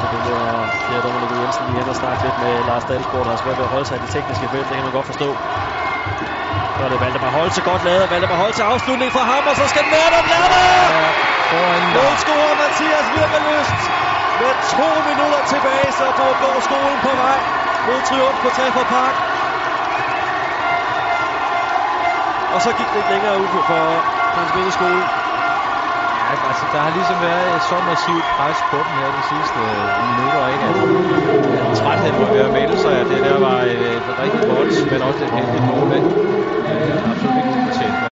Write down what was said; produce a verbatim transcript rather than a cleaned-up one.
det der fjerde dommer Nico Jensen lige hen og snakke lidt med Lars Dalsgaard, der har svært ved at holde sig i det tekniske felt. Det kan man godt forstå. Så er det Valdemar Holtze godt lavet. Valdemar Holtze afslutning fra ham, og så skal den være der. Målscorer Mathias Virkeløst. Med to minutter tilbage, så går Blå Skolen på vej mod triumf på Trafford Park. Og så gik det ikke længere ud for Frederiksberg Skole. Ja, altså der har ligesom været et så massivt pres på dem her de sidste minutter, ikke? At trætheden var ved at melde sig, at det der var et, et rigtig godt, men også et heldigt mål, ikke? Absolut ikke fortjent.